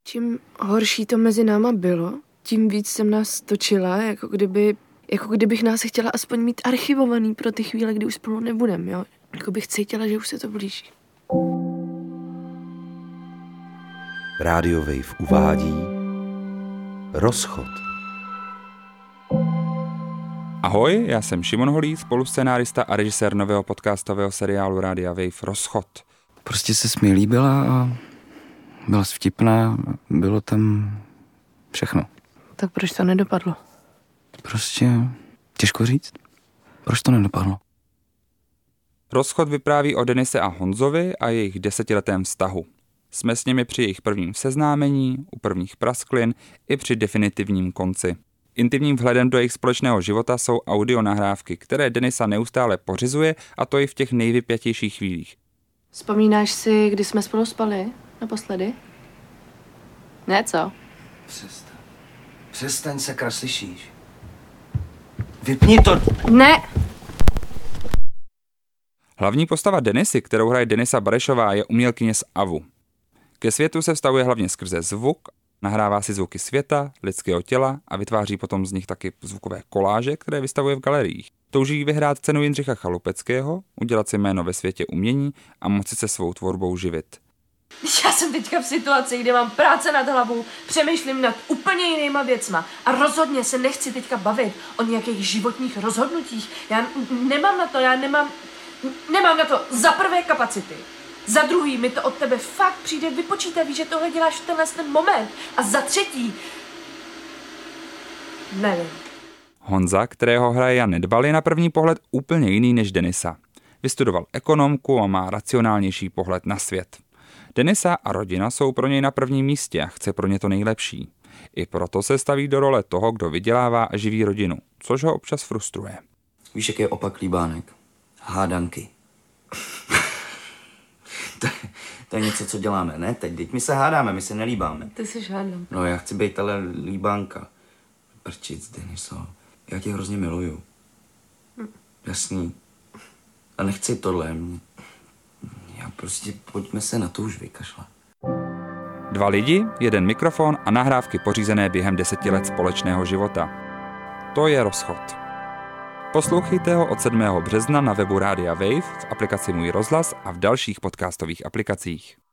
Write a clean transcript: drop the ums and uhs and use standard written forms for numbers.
Čím horší to mezi náma bylo, tím víc jsem nás točila, jako kdybych nás chtěla aspoň mít archivovaný pro ty chvíle, kdy už spolu nebudem, jo. Jako bych cítila, že už se to blíží. Radio Wave uvádí Rozchod. Ahoj, já jsem Šimon Holý, spoluscenárista a režisér nového podcastového seriálu Rádia Wave Rozchod. Prostě ses mi líbila a byla jsi vtipná, bylo tam všechno. Tak proč to nedopadlo? Prostě těžko říct. Proč to nedopadlo? Rozchod vypráví o Denise a Honzovi a jejich 10letém vztahu. Jsme s nimi při jejich prvním seznámení, u prvních prasklin i při definitivním konci. Intimním vhledem do jejich společného života jsou audionahrávky, které Denisa neustále pořizuje, a to i v těch nejvypjatějších chvílích. Vzpomínáš si, kdy jsme spolu spali naposledy? Ne, co? Přestaň, sakra, slyšíš? Vypni to! Ne! Hlavní postava Denisy, kterou hraje Denisa Barešová, je umělkyně z AVU. Ke světu se vztahuje hlavně skrze zvuk, nahrává si zvuky světa, lidského těla a vytváří potom z nich taky zvukové koláže, které vystavuje v galeriích. Touží vyhrát cenu Jindřicha Chalupeckého, udělat si jméno ve světě umění a moci se svou tvorbou živit. Já jsem teďka v situaci, kde mám práce nad hlavou, přemýšlím nad úplně jinýma věcma a rozhodně se nechci teďka bavit o nějakých životních rozhodnutích. Já nemám na to za prvé kapacity. Za druhý mi to od tebe fakt přijde vypočítavý, že tohle děláš v tenhle ten moment. A za třetí, nevím. Honza, kterého hraje Jan Nedbal, je na první pohled úplně jiný než Denisa. Vystudoval ekonomku a má racionálnější pohled na svět. Denisa a rodina jsou pro něj na prvním místě a chce pro ně to nejlepší. I proto se staví do role toho, kdo vydělává a živí rodinu, což ho občas frustruje. Víš, jaký je opak líbánek? Hádanky. To je něco, co děláme, ne? Teď my se hádáme, my se nelíbáme. Ty jsi hádám. No, já chci být ale líbánka. Prčic, Deniso. Já tě hrozně miluju. Jasný. A nechci tohle. Já prostě, pojďme se na to už vykašlat. 2 lidi, 1 mikrofon a nahrávky pořízené během 10 let společného života. To je Rozchod. Poslouchejte ho od 7. března na webu Rádia Wave, v aplikaci Můj rozhlas a v dalších podcastových aplikacích.